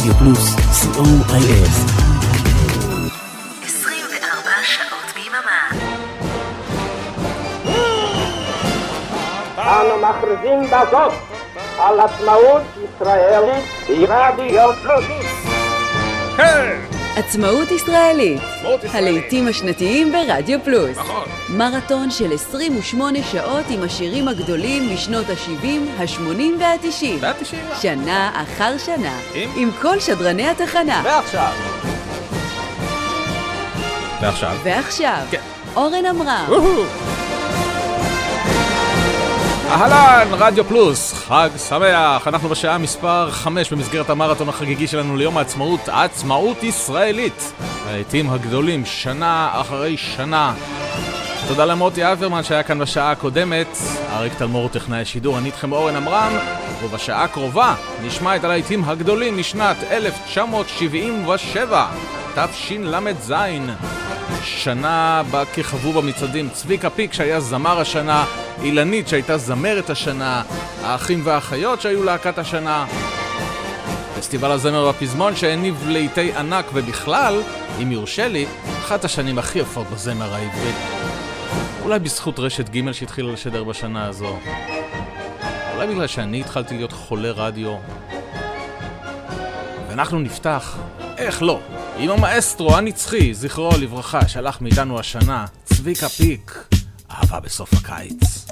רדיו פלוס, COIS. 24 שעות ביממה. אנו מכריזים בזאת על עצמאות ישראלית ברדיו פלוס. עצמאות ישראלית, הלהיטים השנתיים ברדיו פלוס. מרתון של 28 שעות עם השירים הגדולים משנות ה-70, ה-80 וה-90. שנה אחר שנה, עם כל שדרני התחנה. ועכשיו, אורן אמרם. אהלן, רדיו פלוס, חג שמח. אנחנו בשעה מספר 5 במסגרת המרתון החגיגי שלנו ליום העצמאות, עצמאות ישראלית. הלהיטים הגדולים, שנה אחרי שנה. תודה למוטי אברמן שהיה כאן בשעה הקודמת. אריק תלמור טכנאי השידור, אני איתכם אורן אמרם. ובשעה הקרובה נשמע את הלהיטים הגדולים משנת 1977, תשל"ז. שנה בה כיכבו במצעדים צביקה פיק שהיה זמר השנה, אילנית שהייתה זמרת השנה, האחים והאחיות שהיו להקת השנה, פסטיבל הזמר והפזמון שהניב להיטי ענק, ובכלל, אם יורשה לי, אחת השנים הכי יפות בזמר העברי. אולי בזכות רשת ג' שהתחילה לשדר בשנה הזו, אולי בגלל שאני התחלתי להיות חולה רדיו. ואנחנו נפתח, איך לא, עם המאסטרו הנצחי, זכרו לברכה, שהלך מאיתנו השנה, צביקה פיק, אהבה בסוף הקיץ.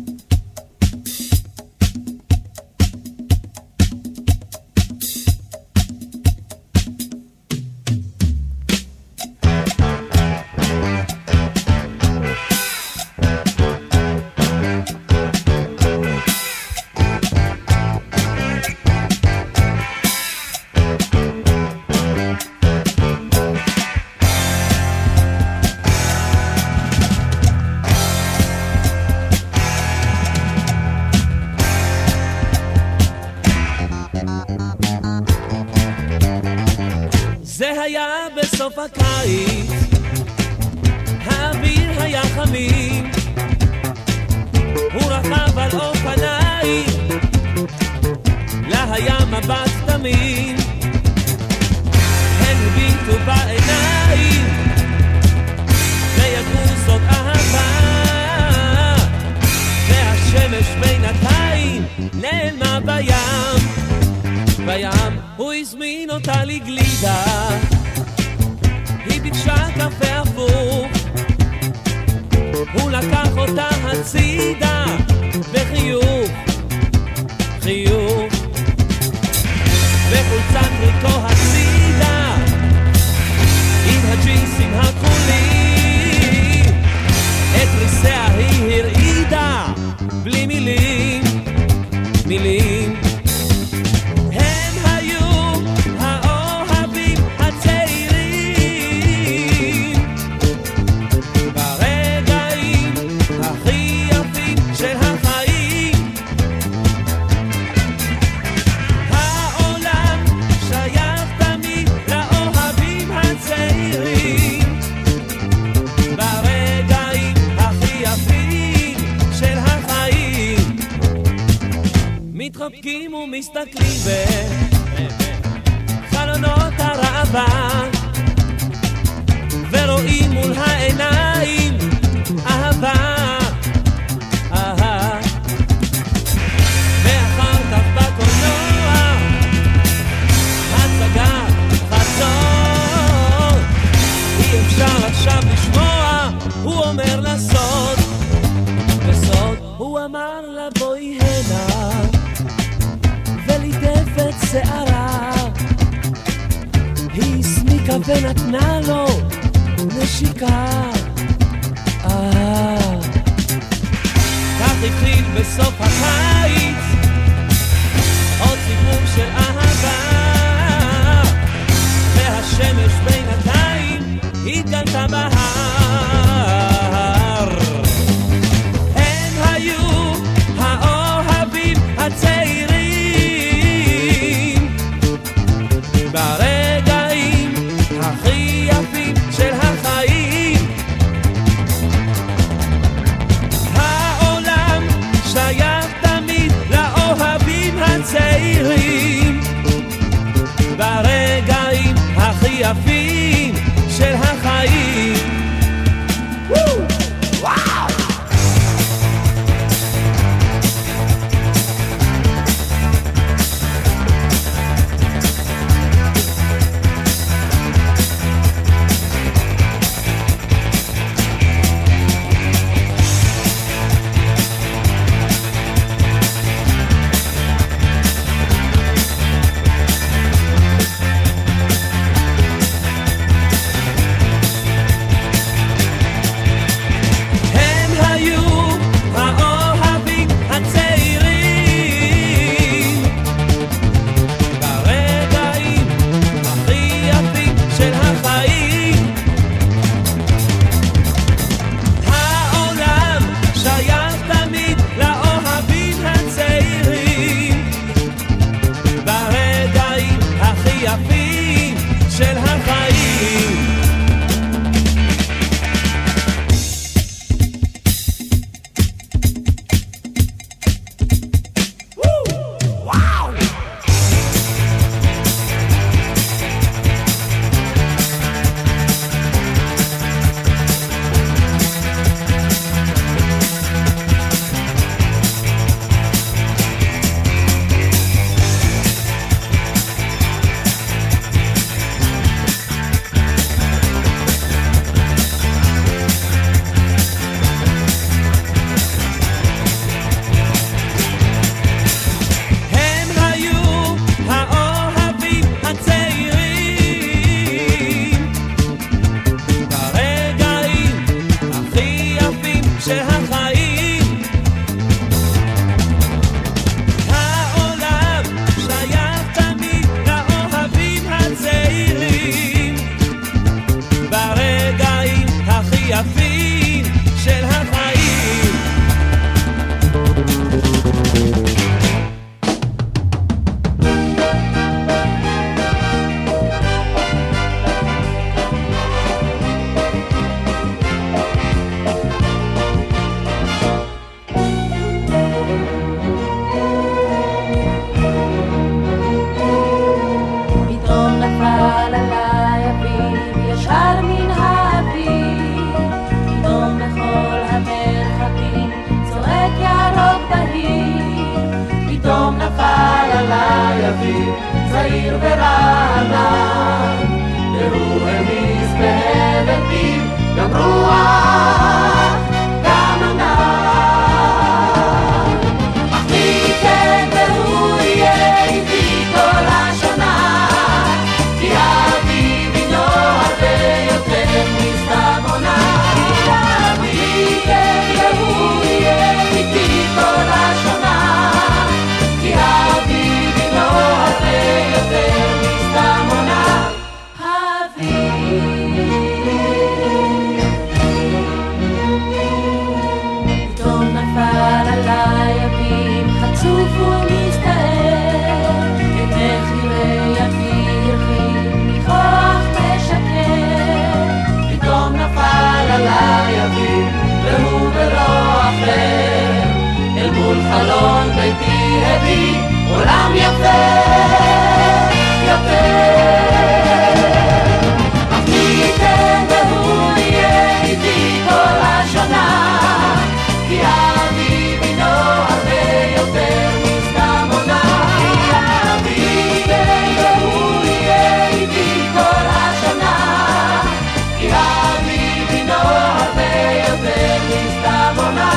בסוף הקיץ האוויר היה חמים, הוא רכב על אופניים, לה היה מבט תמים, הן הביטו בעיניים וידעו זאת אהבה, והשמש בינתיים נעלמה בים. בים הוא הזמין אותה לגלידה, היא ביקשה קפה הפוך, הוא לקח אותה הצידה בחיוך, חיוך, וחולצת ריקו הצידה עם הג'ינסים הכחולים, את ריסיה היא הרעידה בלי מילים, מילים. מתרפקים ומסתכלים בחלונות הרעבה, ורואים מול העיניים אהבה, ואחר כך בקולנוע הצגה חצות, אי אפשר עכשיו לשמוע, הוא אומר לסוד, בסוד הוא אמר לה בואי הנה וליטפת שערה, היא הסמיקה ונתנה לו נשיקה. כך התחיל בסוף הקיץ עוד סיפור של אהבה, והשמש בינתיים התגלתה בהר. הם היו האוהבים הצעירים ברגעים הכי יפים של החיים. העולם שייך תמיד לאוהבים הצעירים ברגעים אביב, צעיר ורענן, והוא המיס בהבל פיו, גם רוח, גם ענן. אך מי ייתן והוא יהיה איתי כל השנה, כי האביב הינו הרבה יותר מסתם עונה. מי ייתן והוא יהיה איתי כל השנה, כי האביב הינו הרבה יותר מסתם עונה. פתאום נפל עליי אביב חצוף ומסתער, כתך יראה אביב הרחיב מכוח משקר. פתאום נפל עליי אביב והוא ולא אחר, אל מול חלון ביתי הביא עולם יפה יותר. אך מי ייתן והוא יהיה איתי כל השנה, כי האביב הינו הרבה יותר מסתם עונה. מי ייתן והוא יהיה איתי כל השנה, כי האביב הינו הרבה יותר מסתם עונה.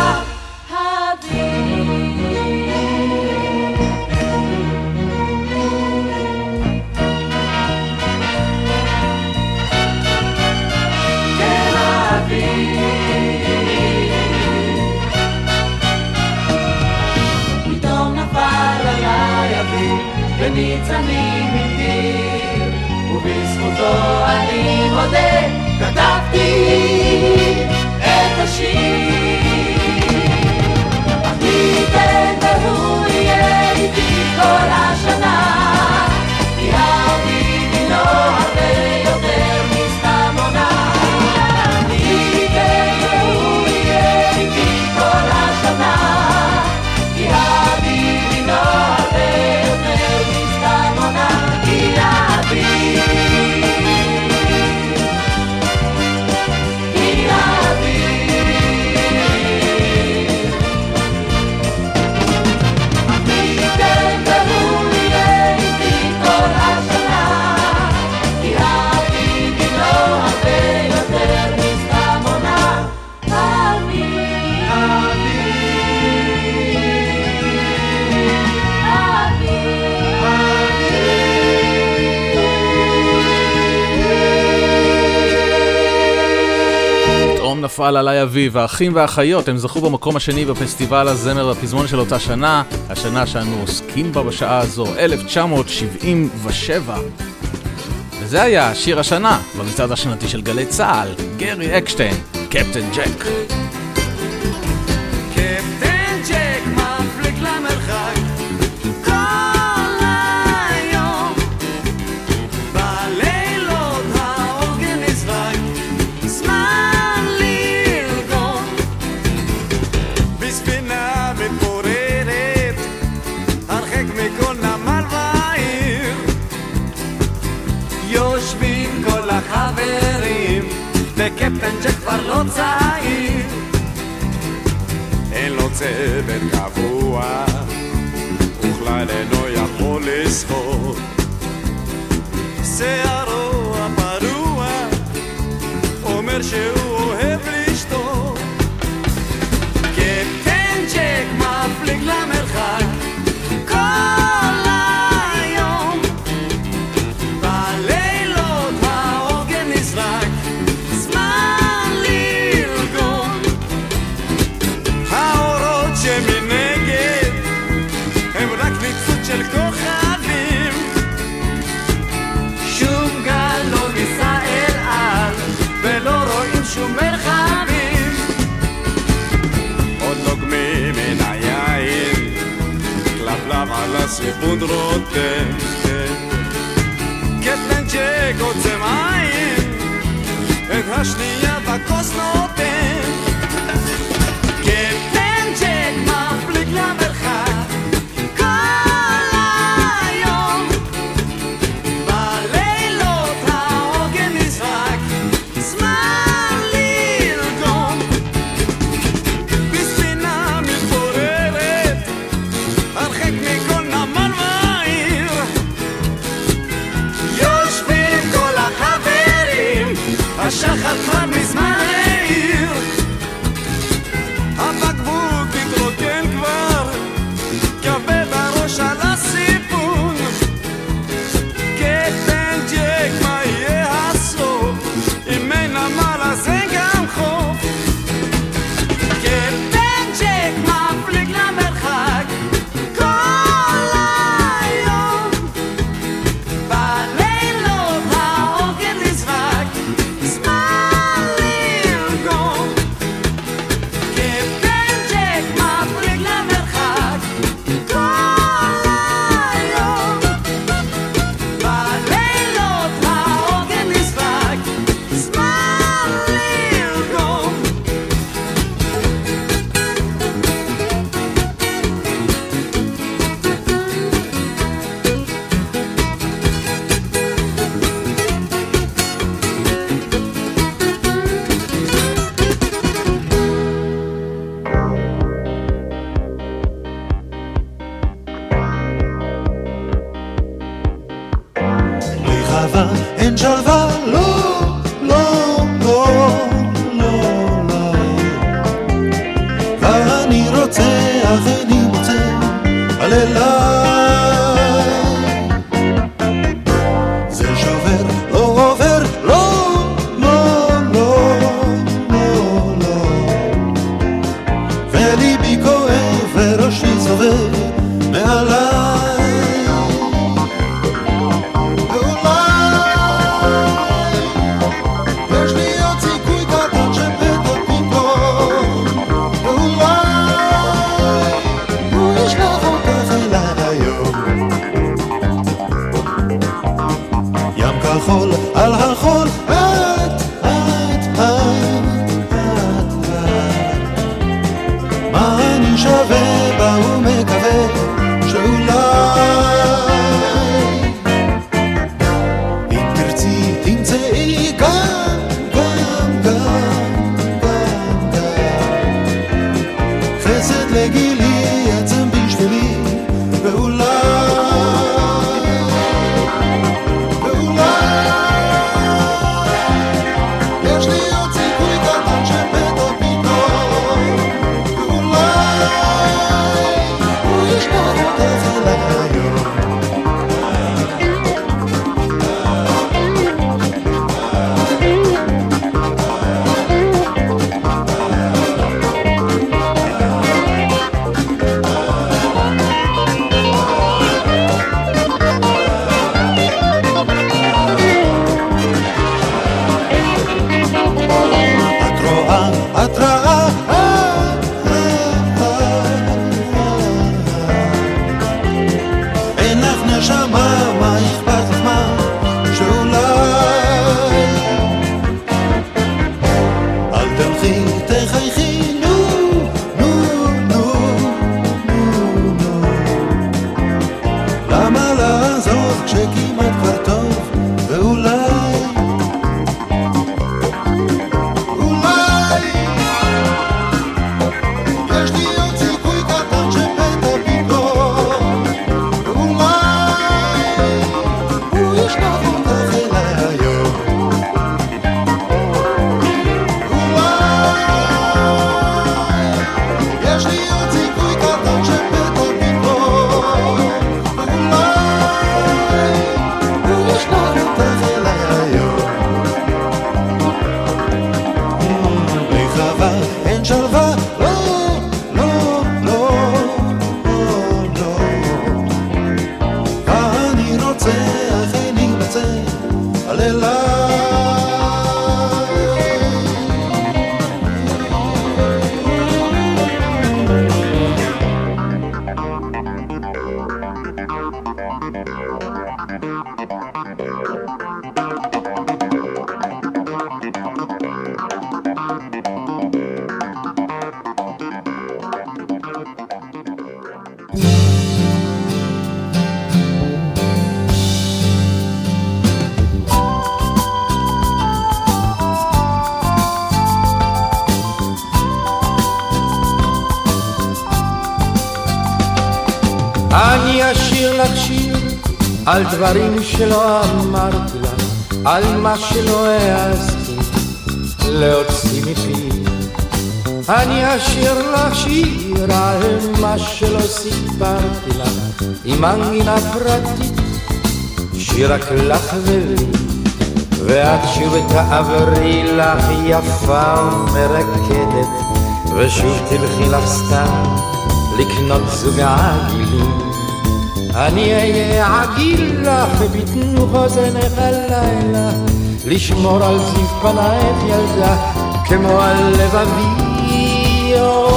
וניצנים איתי, ובזכותו אני מודה, כתבתי את השיר. אך מי ייתן והוא יהיה איתי כל השנה, כי האביב הינו הרבה יותר מסתם עונה. מי ייתן והוא יהיה איתי כל השנה, כי האביב הינו הרבה יותר מסתם עונה. כי האביב, כי האביב, מי ייתן והוא יהיה איתי כל השנה, כי האביב הינו הרבה יותר מסתם עונה. פתאום נפל עליי אביב. האחים והאחיות הם זכו במקום השני בפסטיבל הזמר והפזמון של אותה שנה, השנה שאנו עוסקים בה בשעה הזו, 1977. וזה היה שיר השנה במצעד השנתי של גלי צה"ל, גרי אקשטיין, קפטן ג'ק. קפטן ג'ק מפליג למרחק כל היום, בלילות האורגן נזרק, זמן לרגום, בספינה מתפוררת הרחק מכל נמל ועיר, יושבים כל החברים וקפטן ג'ק כבר לא צעיר, אין לו צוות קבוע, וכלל אינו יכול לשחות, שערו הפרוע אומר שהוא אוהב לשתות. קפטן ג'ק מפליג למרחק כל היום, בלילות האורגן נזרק, זמן לרגום, האורות שמנגד הם רק ניצוץ של כוכבים, שום גל לא ניסה אל על ולא רואים שום מרחבים, עוד נוגמים מן היין, כלבלב על הסיפון רותם, קפטן ג'ק עוצם עין, את השנייה בכוס נותן. קפטן ג'ק מפליג למרחק כל היום, בלילות האורגן נזרק, זמן לרגום, בספינה מתפוררת הרחק מכל נמל ועיר, לך אין שלווה, לא, לא, לא, לא, לא. ואני רוצה, אך איני מוצא, על אליי. זה שובר, לא עובר, לא, לא, לא, לא, לא. וליבי כואב וראשי סובב מעליי. על החול את, מה אני שווה בה ומקווה שאולי אם תרצי תמצאי גם חסד לגילי עצם בשבילי ואולי אני אשיר לך שיר על דברים שלא אמרתי לך, על מה שלא העזתי להוציא מפי. אני אשיר לך שיר על מה שלא סיפרתי לך, עם מנגינה פרטית, שיר רק לך ולי. ואת שוב תעברי לך יפה ומרקדת, ושוב תלכי לך סתם לקנות זוג עגילים. אני אהיה עגיל לך ובתנוך אוזנך הלילה, לשמור על זיו פנייך ילדה כמו על לבבי.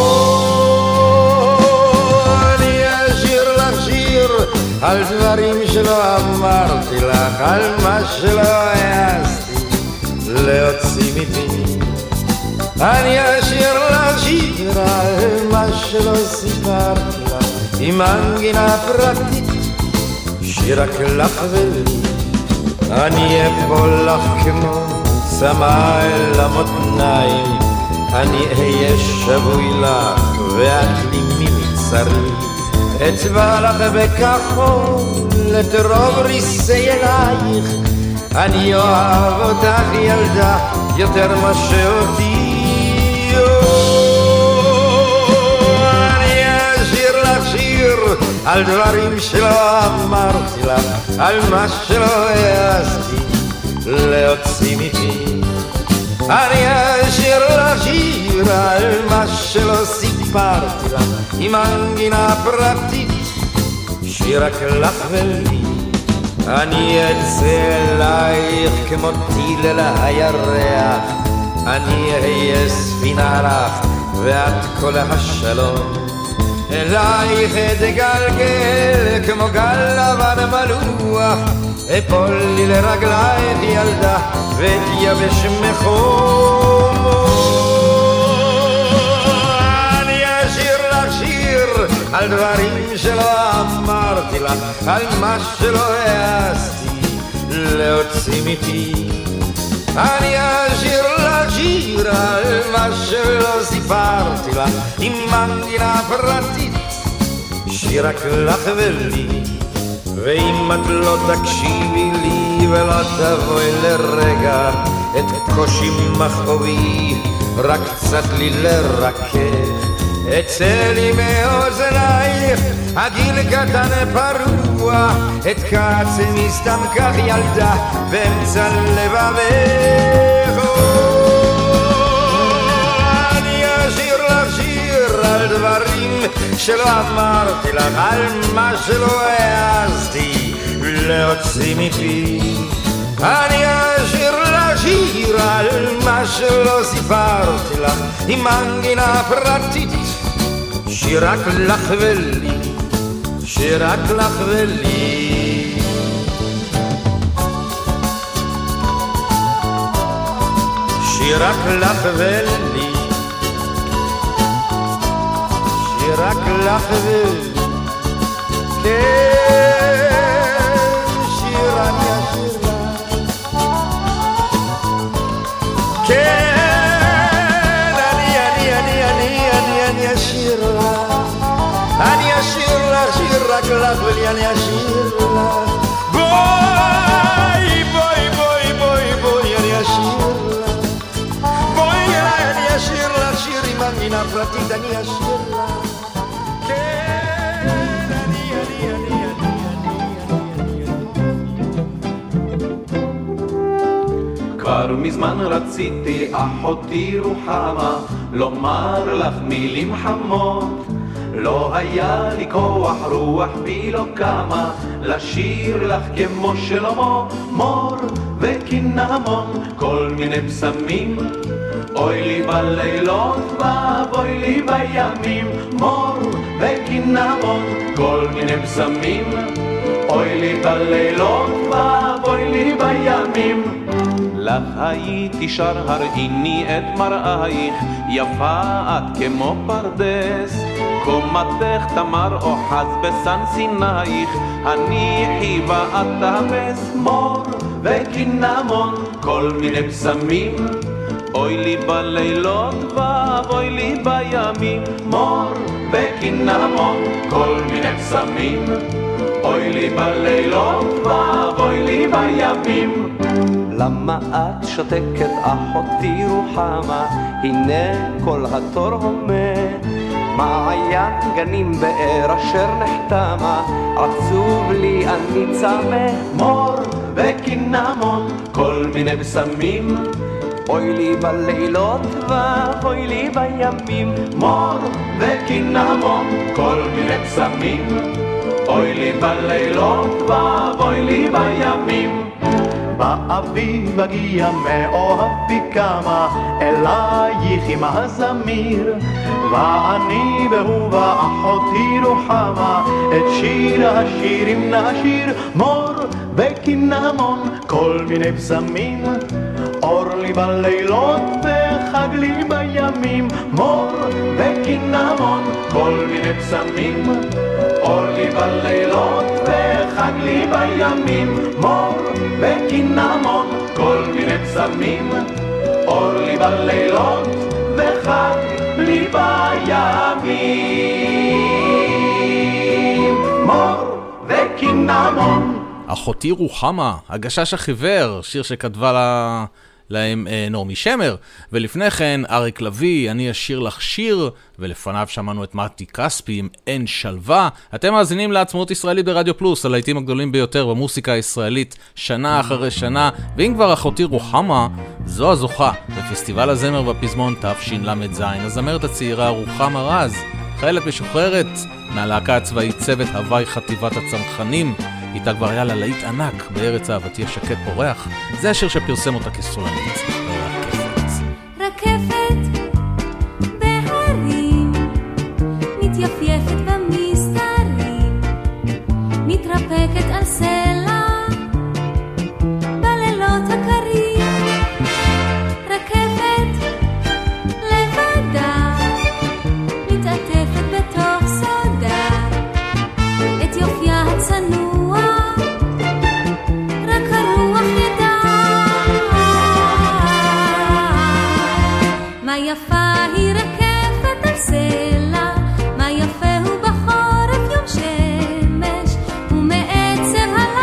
אני אשיר לך שיר על דברים שלא אמרתי לך, על מה שלא העזתי להוציא מפי. אני אשיר לך שיר על מה שלא סיפרתי לך, עם מנגינה פרטית, שיר רק לך ולי. אני אפול לך כמו צמא אל המותניים, אני אהיה שבוי לך ואת לי מבצרי. אצבע לך בכחול את רוב ריסי אלייך, אני אוהב אותך ילדה יותר מאותי. אני אשיר לך שיר על דברים שלא אמרתי לך, על מה שלא העזתי להוציא מפי. אני אשיר לך שיר על מה שלא סיפרתי לך, עם מנגינה פרטית שיר רק לך ולי. אני אצא אלייך כמו טיל אל הירח, אני אהיה ספינה לך ואת כל השלום. אלייך אתגלגל כמו גל לבן מלוח, אפול לי לרגלייך ילדה ותייבש מחום. אני אשיר לך שיר על דברים שלא אמרתי לך, על מה שלא העזתי להוציא מפי. אני אשיר לך שיר על מה שלא סיפרתי לך, עם מנגינה פרטית שיר רק לך ולי. ואם את לא תקשיבי לי ולא תבואי לרגע את קושי מכאובי רק קצת לי לרכך, אצא לי מאוזנייך הגיל קטן פרוע, את קעצמי סתם כך ילדה באמצע לבבך. אני אשיר לך שיר על דברים שלא אמרתי לך, על מה שלא העזתי להוציא מפי. אני אשיר לך שיר על מה שלא סיפרתי לך, עם מנגינה פרטית שיר רק לך ולי, שיר רק לך ולי. שיר רק לך ולי, שיר רק לך ולי. כן, שיר אני אשיר לך. כן, אני אשיר לך. אני אשיר לך, שיר רק לך ולי, אני אשיר לך. בואי, בואי, בואי, בואי, בואי, אני אשיר לך. בואי אליי, אני אשיר לך שיר עם מנגינה פרטית, אני אשיר לך. כבר מזמן רציתי אחותי רוחמה לומר לך מילים חמות, לא היה לי כוח רוח בי לא קמה לשיר לך כמו שלמה, מור וקינמון כל מיני פסמים, אוי לי בלילות ואבוי לי בימים, מור וקינמון כל מיני פסמים, אוי לי בלילות ואבוי לי בימים. לך הייתי שר הראיני את מראייך, יפה את כמו פרדס, קומתך תמר אוחז בסן סינייך, הניחי ואת תאבס, מור וקינמון כל מיני פסמים, אוי לי בלילות ואבוי לי בימים, מור וקינמון כל מיני פסמים, אוי לי בלילות ואבוי לי בימים. למה את שותקת אחותי רוחמה, הנה כל התור הומה, מעיין גנים באר אשר נחתמה, עצוב לי אני צמא, מור וקינמון כל מיני פסמים, אוי לי בלילות ואוי לי בימים, מור וקינמון כל מיני פסמים, אוי לי בלילות ואוי לי בימים. באביב אגיע מאוהבי כמה אלייך עם הזמיר, ואני והוא ואחותי רוחמה את שיר השירים נשיר, מור וקינמון כל מיני פסמים, אור לי בלילות וחג לי בימים, מור וקינמון כל מיני פסמים, אור לי בלילות וחג לי בימים, מור וקינמון כל מיני פסמים, אור לי בלילות וחג לי בימים, מור וקינמון. אחותי רוחמה, הגשש החיוור, שיר שכתבה להם נעמי שמר, ולפני כן אריק לוי, אני אשיר לך שיר, ולפניו שמענו את מתי כספי עם אין שלווה. אתם מאזינים לעצמאות ישראלית ברדיו פלוס, הלהיטים הגדולים ביותר במוסיקה הישראלית, שנה אחרי שנה, ואם כבר אחותי רוחמה, זו הזוכה בפסטיבל הזמר והפזמון תשל"ז, הזמרת הצעירה רוחמה רז, חיילת משוחררת מהלהקה הצבאית צוות הוואי חטיבת הצנחנים, איתה כבר היה לה להיט ענק בארץ אהבתי השקט פורח. זה השיר שפרסם אותה כסולנית. רכבת בהרים מתייפייפת במסתרים, מתרפקת על סלע בלילות הקרים. רכבת לבדה מתעטפת בתוך סודה, את יופייה הצנוע רק הרוח ידע. מה יפה היא רקפת על סלע, מה יפה הוא בחורף יום שמש, ומעצב הלילה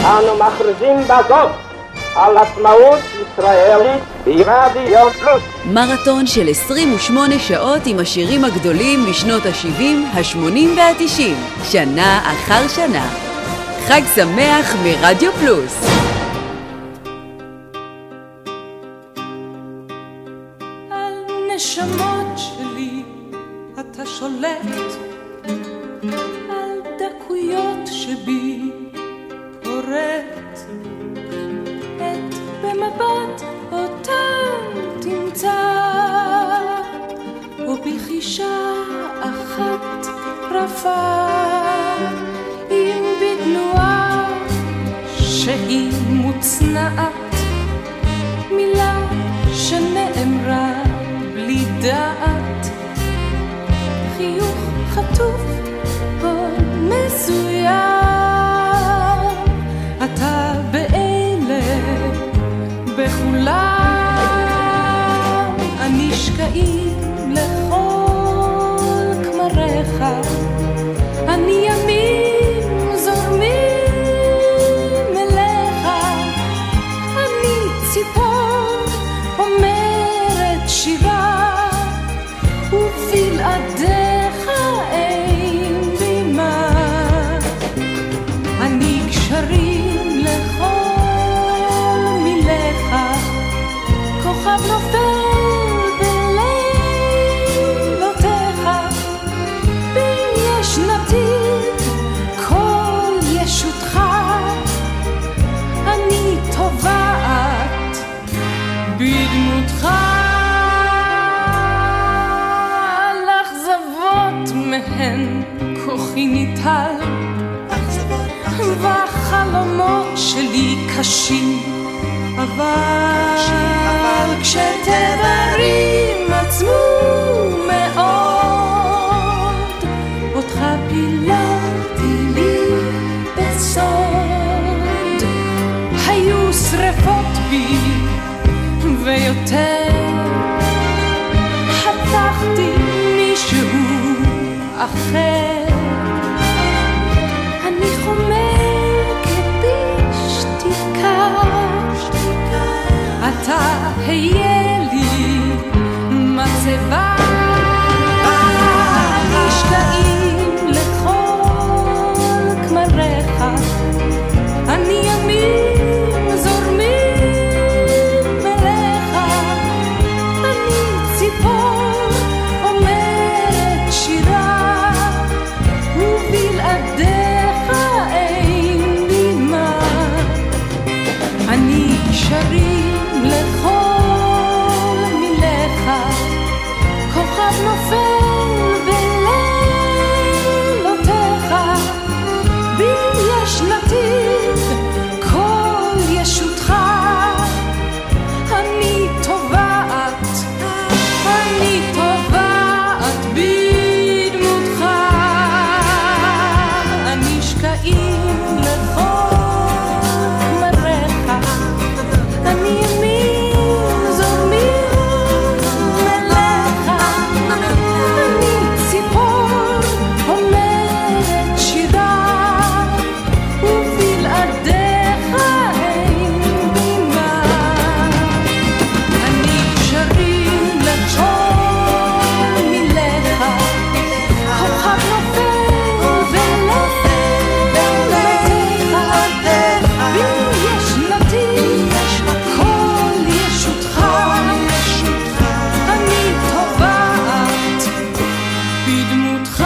אנו מכריזים בזאת על עצמאות ישראלית ברדיו פלוס. מרתון של 28 שעות עם השירים הגדולים משנות ה-70, ה-80 וה-90, שנה אחר שנה. חג שמח מרדיו פלוס. על נשמות שלי אתה שולט, על דקויות שבי פורט, את במבט אותם תמצא, ובחישה אחת רפה, אם בתנועה שהיא מוצנעת, מילה שנאמרה בלי דעת, חיוך חטוף או מסוים, אתה באלה בכולם הנשקעים לכל כמריך, אני ימים זורמים אליך, אני ציפור אומרת שירה, ובלעדיך אין בימה, אני קשרים לכל מילך, כוכב נופל בלילותיך, בין יש נתיב כל ישותך, אני טובעת בדמותך, לאכזבות מהן כוחי ניטל, והחלומות שלי קשים, אבל כשתדרים עצמו מאוד, אותך פיללתי לי בסוד, היו שרפות בי ויותר, חתכתי מישהו אחר, אני חומקת בשתיקה, אתה היה לי מצבה, נשקעים לכל כמריך, אני ימים זורמים אליך, אני ציפור אומרת שירה, ובלעדיך אין לי מה, אני קשרים לכל מילך, כוכב נופל בלילותיך, בין יש נתיב כל ישותך, אני טובעת בדמותך, הנשקעים לכל מריך, אני ימים זורמים אליך, אני ציפור אומרת שירה, ובלעדיך אין בימה, אני קשרים לכל מילך, כוכב נופל בלילותיך, בין יש נתיב כל ישותך, אני טובעת בדמותך.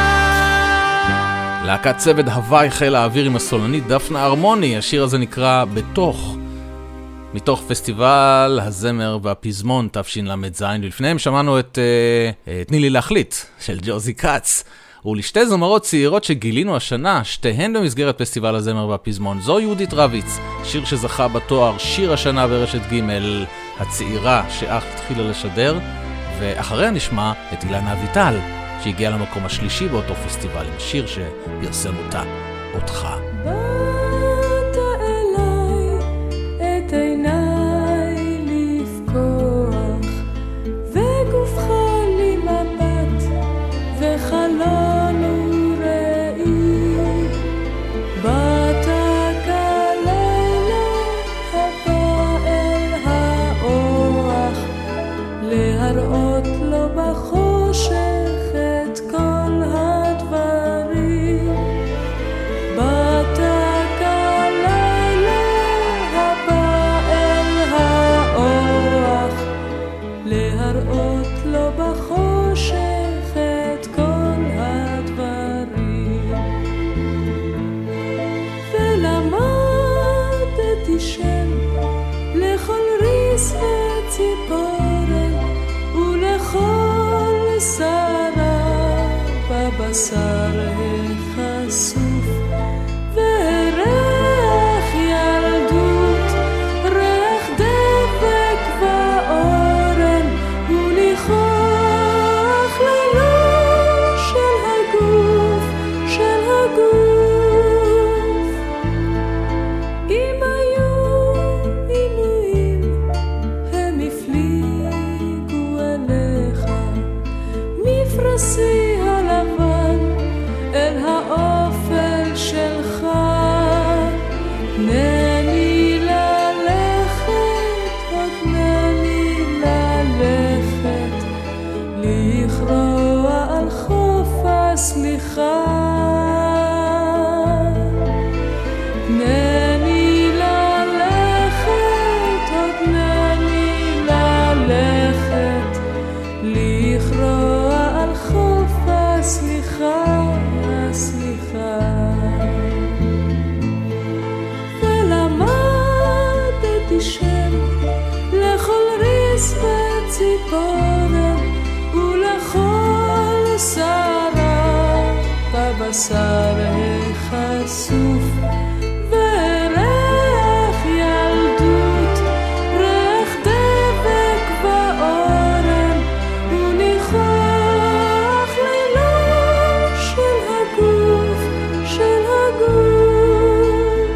להקת צוות הוואי חיל האוויר עם הסולנית דפנה ארמוני, השיר הזה נקרא בתוך, מתוך פסטיבל הזמר והפזמון תשל"ז, ולפניהם שמענו את תני לי להחליט של ג'וזי קאץ, ולשתי זמרות צעירות שגילינו השנה, שתיהן במסגרת פסטיבל הזמר והפזמון. זו יהודית רביץ, שיר שזכה בתואר שיר השנה ברשת ג' הצעירה שאך התחילה לשדר, ואחריה נשמע את אילנה אביטל שהגיעה למקום השלישי באותו פסטיבל עם שיר שפרסם אותה, אותך. באת אליי את עיניי לפקוח, וגופך לי מבט וחלון וראי, באת קל בבשר החשוף וריח ילדות, ריח דבק ואורן וניחוח ללא של הגוף, של הגוף. אם היו עינויים הם הפליגו אליך מפרסי הלבן אל האופל שלך. תנני ללכת, תנני ללכת, לכרוע על חוף הסליחה. תנני ללכת, תנני ללכת, לכרוע על חוף הסליחה, הסליחה. ולמדתי שם לכל ריס וציפורן ולכל שרה בבשר החשוף וריח ילדות, ריח דבק ואורן וניחוח ללא של הגוף, של הגוף.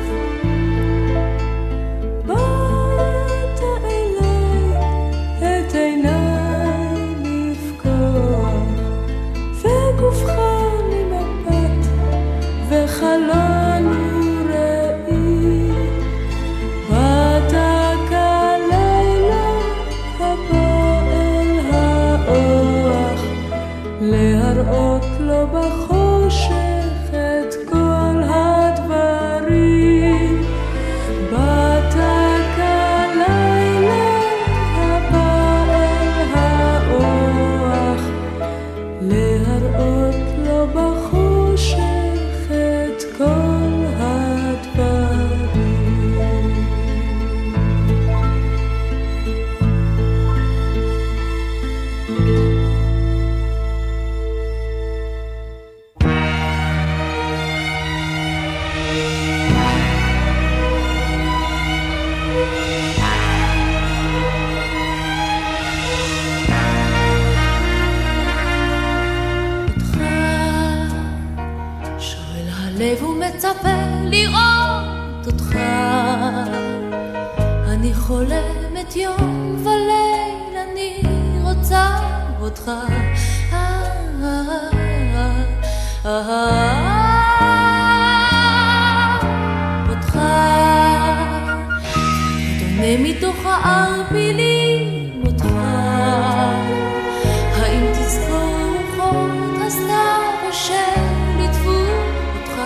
באת אליי את עיניי לפקוח וגופך לי מבט וחלון ראי. באת כלילה הבא אל האוח להראות לו בחושך את כל הדברים. באת כלילה הבא אל האוח להראות לו בחושך את כל הדברים. שואל הלב ומצפה לראות אותך, אני חולמת יום וליל, אני רוצה אותך. אותך דומה מתוך הערפילים, אותך האם תזכור רוחות הסתיו אשר ליטפו אותך.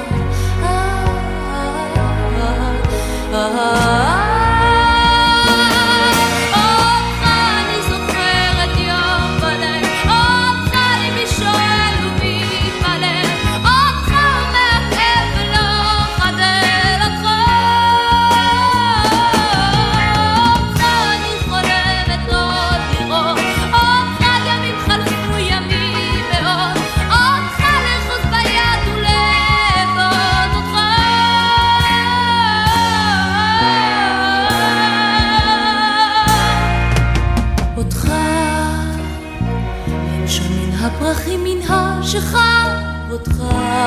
אותך אני זוכרת יום וליל, אותך ליבי שואל ומתפלל, אותך מהכאב ולא חדל אותך. אותך אני חולמת עוד לראות, אותך גם אם חלפו ימים מאוד, אותך לחוץ ביד ולבוד אותך. אותך לנשום מן הפרחים מן השחר, אותך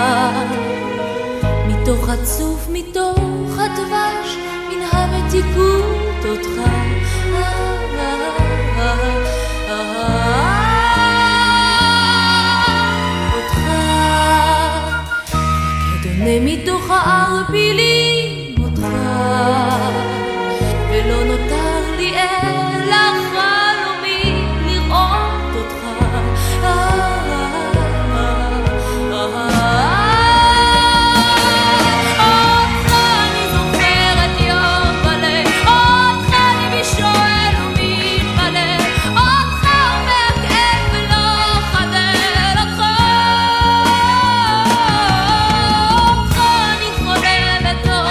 מתוך הצוף מתוך הדבש מן המתיקות, אותך אותך כדומה מתוך הערפילים, אותך ולא נותר לי אלא חלומי לראות אותך. אותך אני זוכרת יום וליל, אותך ליבי שואל ומתפלל, אותך מהכאב ולא חדל אותך. אותך אני חולמת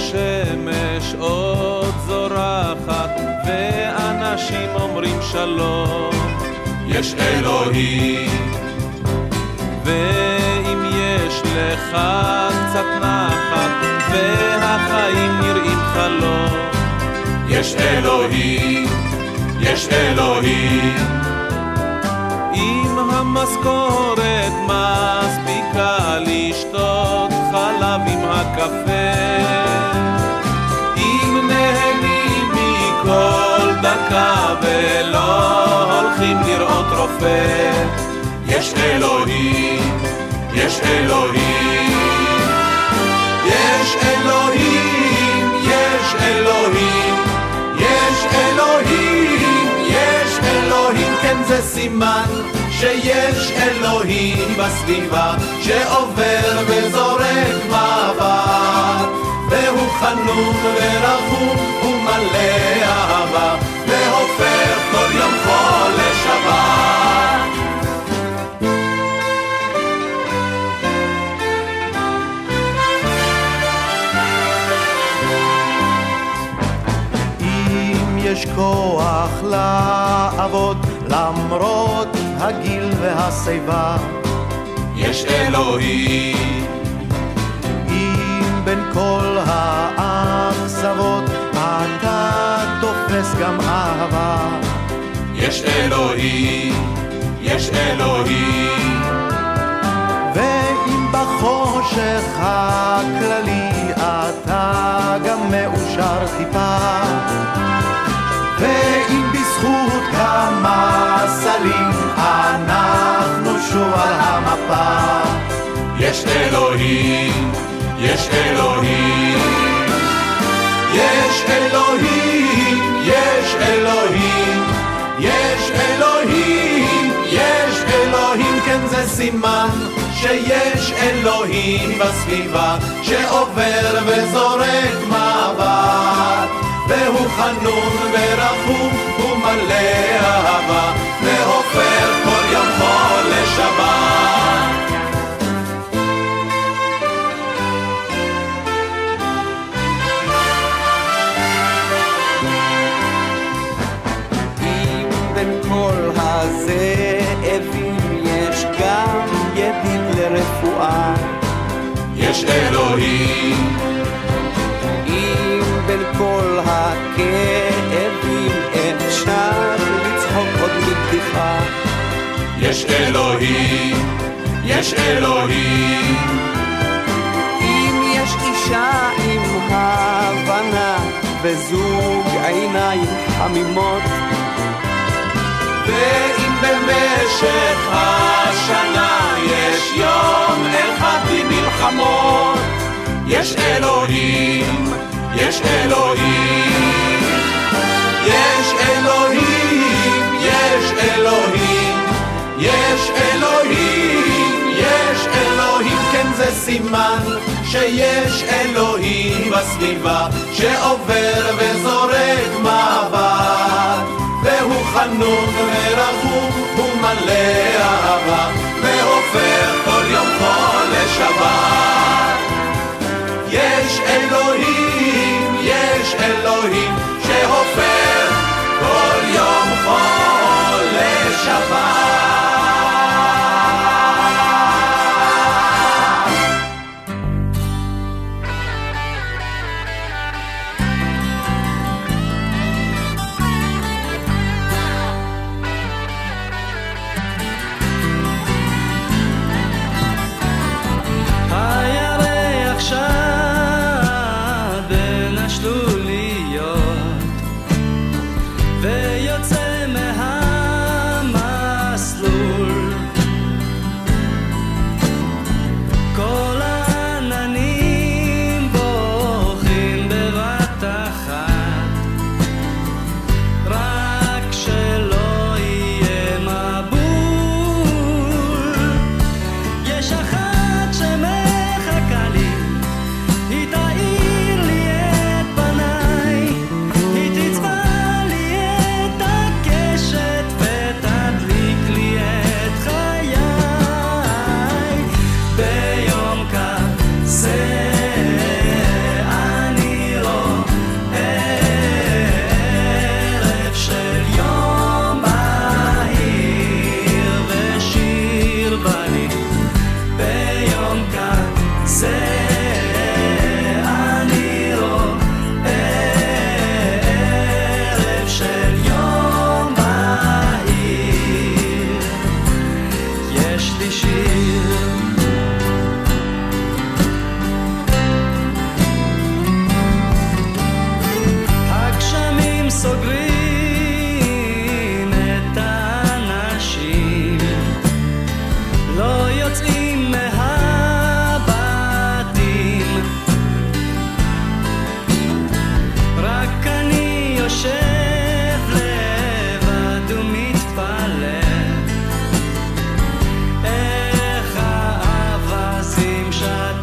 השמש עוד זורחת ואנשים אומרים שלום. יש אלוהים, ואם יש לך קצת נחת והחיים נראים חלום. יש אלוהים, יש אלוהים. אם המשכורת מספיקה לשתות חלב עם הקפה, אם נהנים מכל דקה ולא הולכים לראות רופא. יש אלוהים, יש אלוהים. יש אלוהים, יש אלוהים. יש אלוהים, יש אלוהים. כן, זה סימן שיש אלוהים בסביבה, שעובר וזורק מבט, והוא חנון ורחום ומלא אהבה, והופך כל יום חול לשבת. אם יש כוח לעבוד למרות הגיל והשיבה, יש אלוהים. אם בין כל האכזבות אתה תופס גם אהבה, יש אלוהים, יש אלוהים. ואם בחושך הכללי אתה גם מאושר טיפה, ואם בזכות כמה סלים אנחנו שוב על המפה, יש אלוהים, יש אלוהים. יש אלוהים, יש אלוהים. יש אלוהים, יש אלוהים. כן, זה סימן שיש אלוהים בסביבה, שעובר וזורק מבט, והוא חנון ורחום ומלא אהבה, והופך כל יום חול לשבת. אם בין כל הזאבים יש גם ידיד לרפואה, יש אלוהים. אם בין כל הכאבים אפשר לצחוק עוד מבדיחה, יש אלוהים, יש אלוהים. אם יש אישה עם הבנה וזוג עיניים חמימות, ואם במשך השנה יש יום אחד בלי מלחמות, יש אלוהים, יש אלוהים. יש אלוהים, יש אלוהים. יש אלוהים, יש אלוהים. כן, זה סימן שיש אלוהים בסביבה, שעובר וזורק מבט, והוא חנון ורחום ומלא אהבה, והופך כל יום חול לשבת. יש אלוהים, יש אלוהים, שהופך כל יום חול לשבת. לי שיר. הגשמים סוגרים את האנשים, לא יוצאים מהבתים, רק אני יושב לבד ומתפלל איך האבזים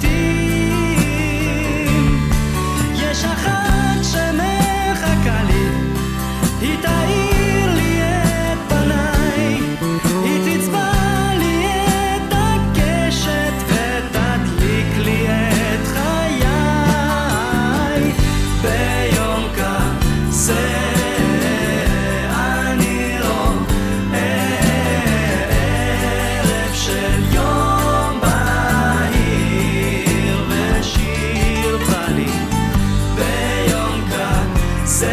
שתים. יש אחת שמחכה לי, היא תאיר לי את פניי, היא תצבע לי את הקשת ותדליק לי את חיי. ביום כזה אני רואה ערב של יום בהיר ושיר בא לי. ביום כזה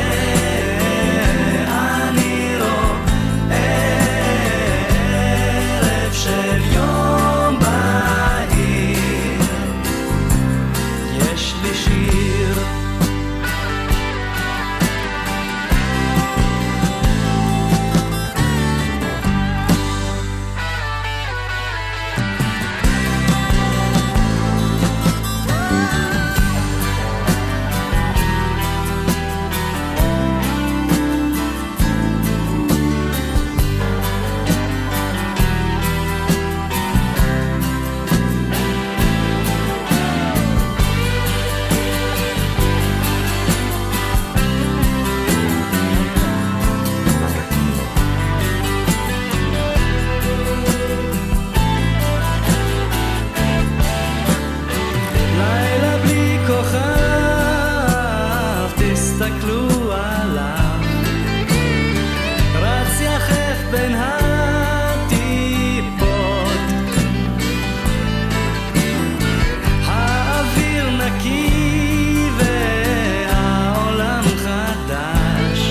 אני רואה ערב של יום בהיר. יש לי שיר. לילה בלי כוכב, תסתכלו עליו, רץ יחף בין הטיפות, האוויר נקי והעולם חדש.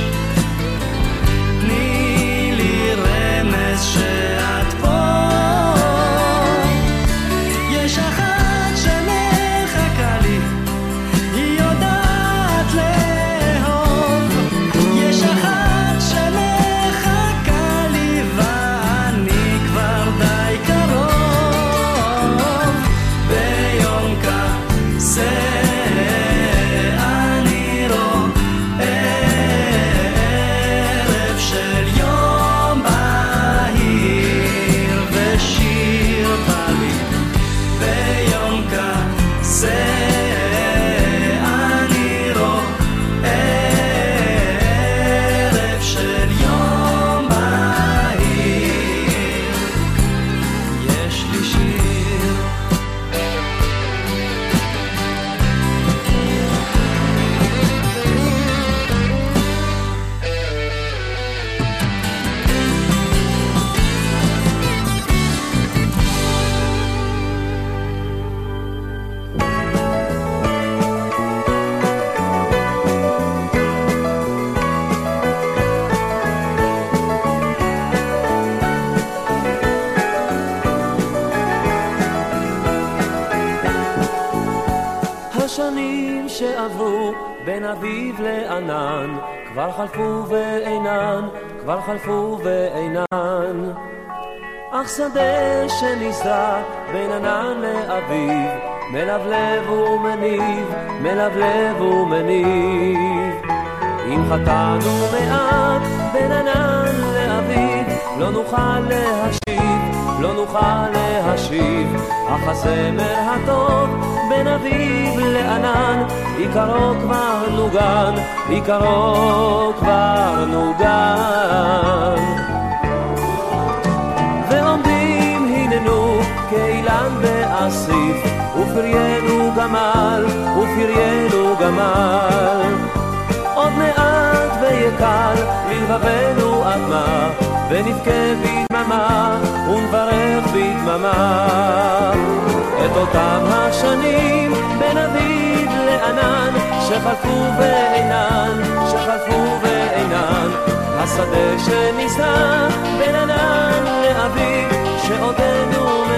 תני לי רמז שאת פה. יש אחת שמחכה לי, היא יודעת לאהוב. יש אחת שמחכה לי ואני כבר די קרוב. ביום כזה אני רואה ערב של יום בהיר ושיר בא לי. ביום כזה אני רואה ערב של יום בהיר. יש לי שיר. השנים שעברו בין אביב לענן כבר חלפו ואינן, כבר חלפו ואינן. אך שדה שנזרק בין ענן לאביב מלבלב ומניב, מלבלב ומניב. אם חטאנו מעט בין ענן לאביב לא נוכל להשיב, לא נוכל להשיב. אך הזמר הטוב בין אביב לענן עיקרו כבר נוגן, עיקרו כבר נוגן. ועומדים הננו כאילן באסיף, ופריינו גמל, ופריינו גמל. עוד מעט ויקל לבבנו אדמה, ונבכה בדממה ונברך בדממה. את אותם השנים בין אביב לענן שחלפו ואינן, שחלפו ואינן. השדה שנישא בין ענן לאביב שעודנו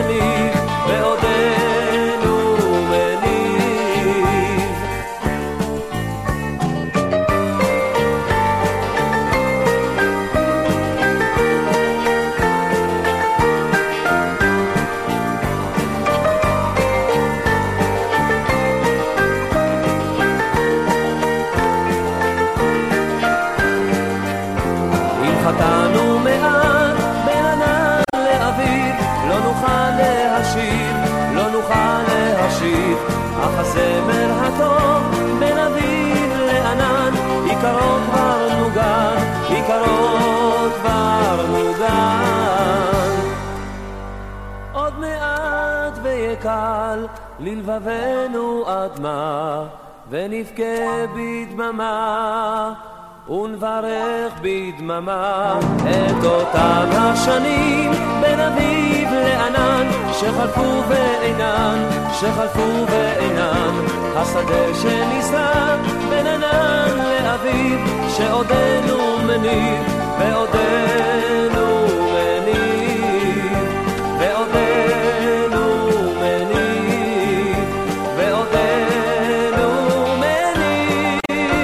לא נוכל להשיב, לא נוכל להשיב, אך הזמר הטוב בין אביב לענן, עיקרו כבר נוגן, עיקרו כבר נוגן. עוד מעט ויקל ללבבנו אדמה, ונבכה בדממה ונברך בדממה את אותם השנים בין אביב לענן, שחלפו ואינן, שחלפו ואינן, השדה שנשרף בין ענן לאביב, שעודנו מניב ועודנו מניב ועודנו מניב ועודנו מניב.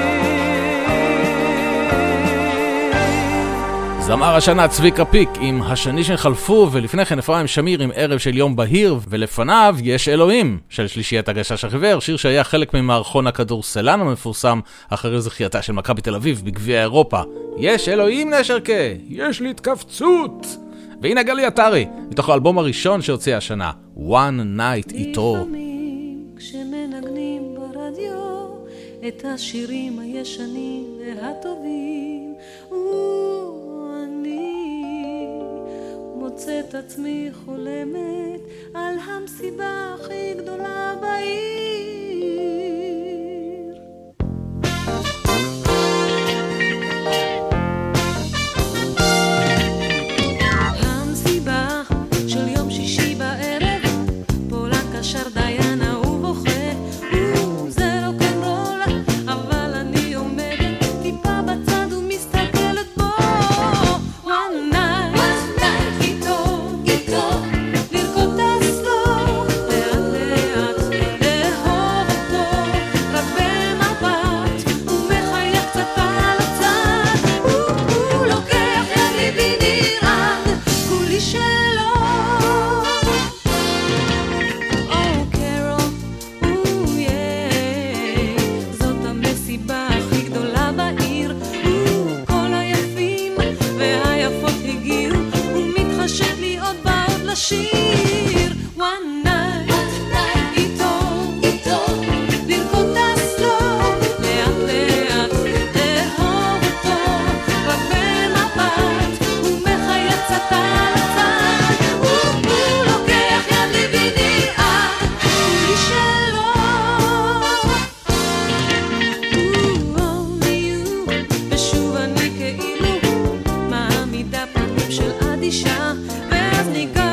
זמר השנה צביקה פיק עם השני שחלפו, ולפני כן אפרים שמיר עם ערב של יום בהיר, ולפניו יש אלוהים של שלישיית הגשש החיוור, שיר שהיה חלק ממערכון הכדורסלן המפורסם אחרי זכייתה של מכבי תל אביב בגביע אירופה. יש אלוהים נשרקה, יש לי התכווצות. והנה גלי עטרי מתוך האלבום הראשון שהוציאה השנה, One Night איתו. לפעמים כשמנגנים ברדיו את השירים הישנים והטובים, מוצאת עצמי חולמת על המסיבה הכי גדולה בעיר. המסיבה של יום שישי בערב, פולק אשר דיינה ובוכה, זה רוקנרול, אבל אני עומדת טיפה בצד ומסתכלת בו. One night שיר one night איתו לרקוד הסלום לאט לאט לאהוב אותו רק במבט ומחייך קצת על הצד הוא לוקח יד ליבי נראה כולי שלו only you ושוב אני כאילו מעמידה פנים של אדישה ואז ניגע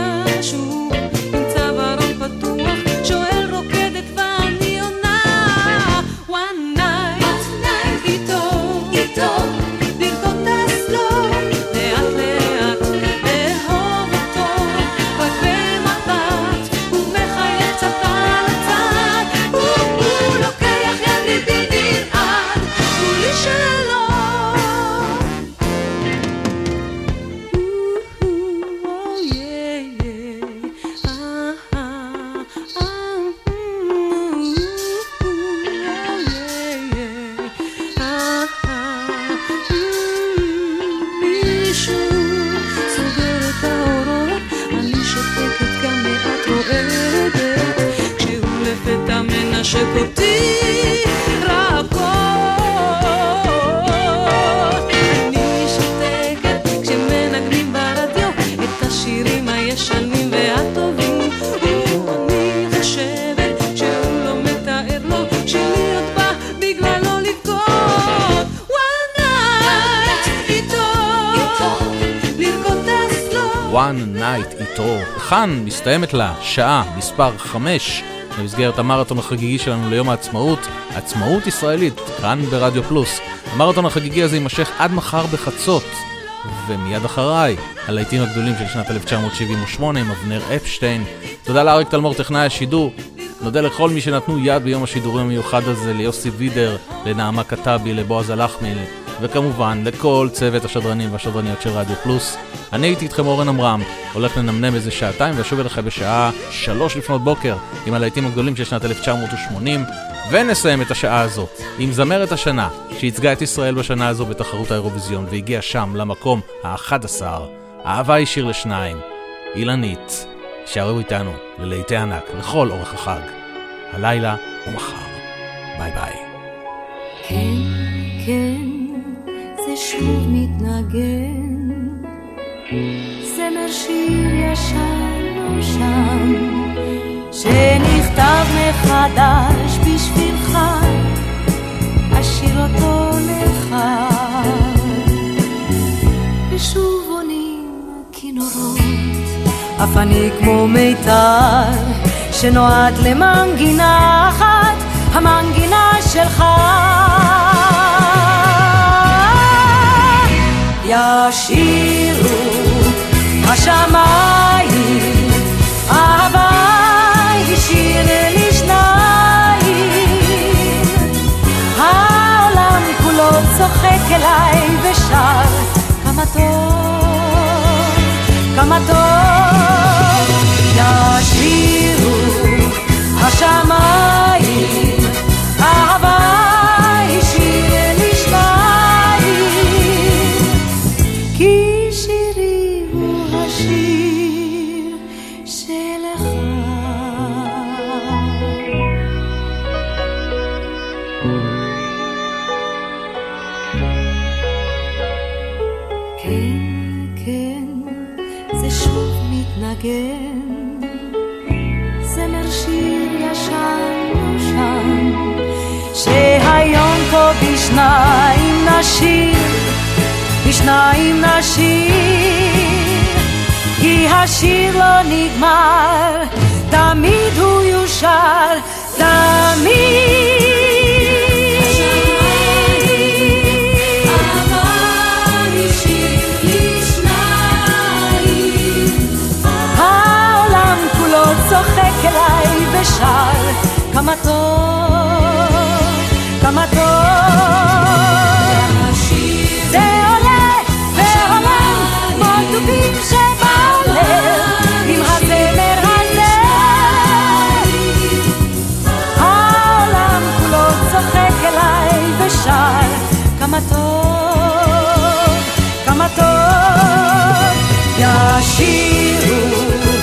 One Night איתו. כאן מסתיימת לה שעה מספר 5 במסגרת המרתון החגיגי שלנו ליום העצמאות, עצמאות ישראלית, כאן ברדיו פלוס. המרתון החגיגי הזה יימשך עד מחר בחצות, ומיד אחריי, הלהיטים הגדולים של שנת 1978 עם אבנר אפשטיין. תודה לאריק תלמור טכנאי השידור. נודה לכל מי שנתנו יד ביום השידורים המיוחד הזה, ליוסי וידר, לנעמה כתבי, לבועז הלחמיל, וכמובן לכל צוות השדרנים והשדרניות של רדיו פלוס. אני הייתי איתכם אורן אמרם, הולך לנמנם איזה שעתיים ואשוב אליכם בשעה 3 לפנות בוקר עם הלהיטים הגדולים של שנת 1980, ונסיים את השעה הזו עם זמרת השנה שייצגה את ישראל בשנה הזו בתחרות האירוויזיון והגיעה שם למקום ה-11. אהבה היא שיר לשניים, אילנית. שערו איתנו ללהיטי ענק לכל אורך החג, הלילה ומחר. ביי ביי. כן, כן, זה שוב מתנגן, זמר שיר ישן נושן, שנכתב מחדש בשבילך, אשיר אותו לך. ושוב עונים כינורות, אף אני כמו מיתר שנועד למנגינה אחת, המנגינה שלך. ישירו השמיים, אהבה היא שיר לשניים, העולם כולו צוחק אליי ושר, כמה טוב, כמה טוב. ישירו השמיים, אהבה היא שיר לשניים, כי שירי הוא השיר שלך. כן, כן, זה שוב מתנגן, זמר שיר ישן נושן, שהיום פה בשניים נשיר, בשניים נשיר, כי השיר לא נגמר, תמיד הוא יושר, תמיד. צוחק אליי ושר, כמה טוב, כמה טוב. זה עולה ועולה כמו טובים שבעלר, עם הזמר הזה העולם כולו צוחק אליי ושר, כמה טוב, כמה טוב. ישירו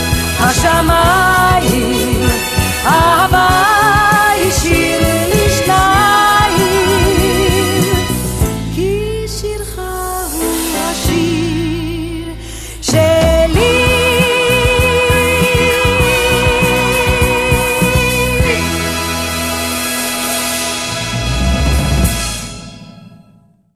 השמיים, אהבה היא שיר לשניים, כי שירך הוא השיר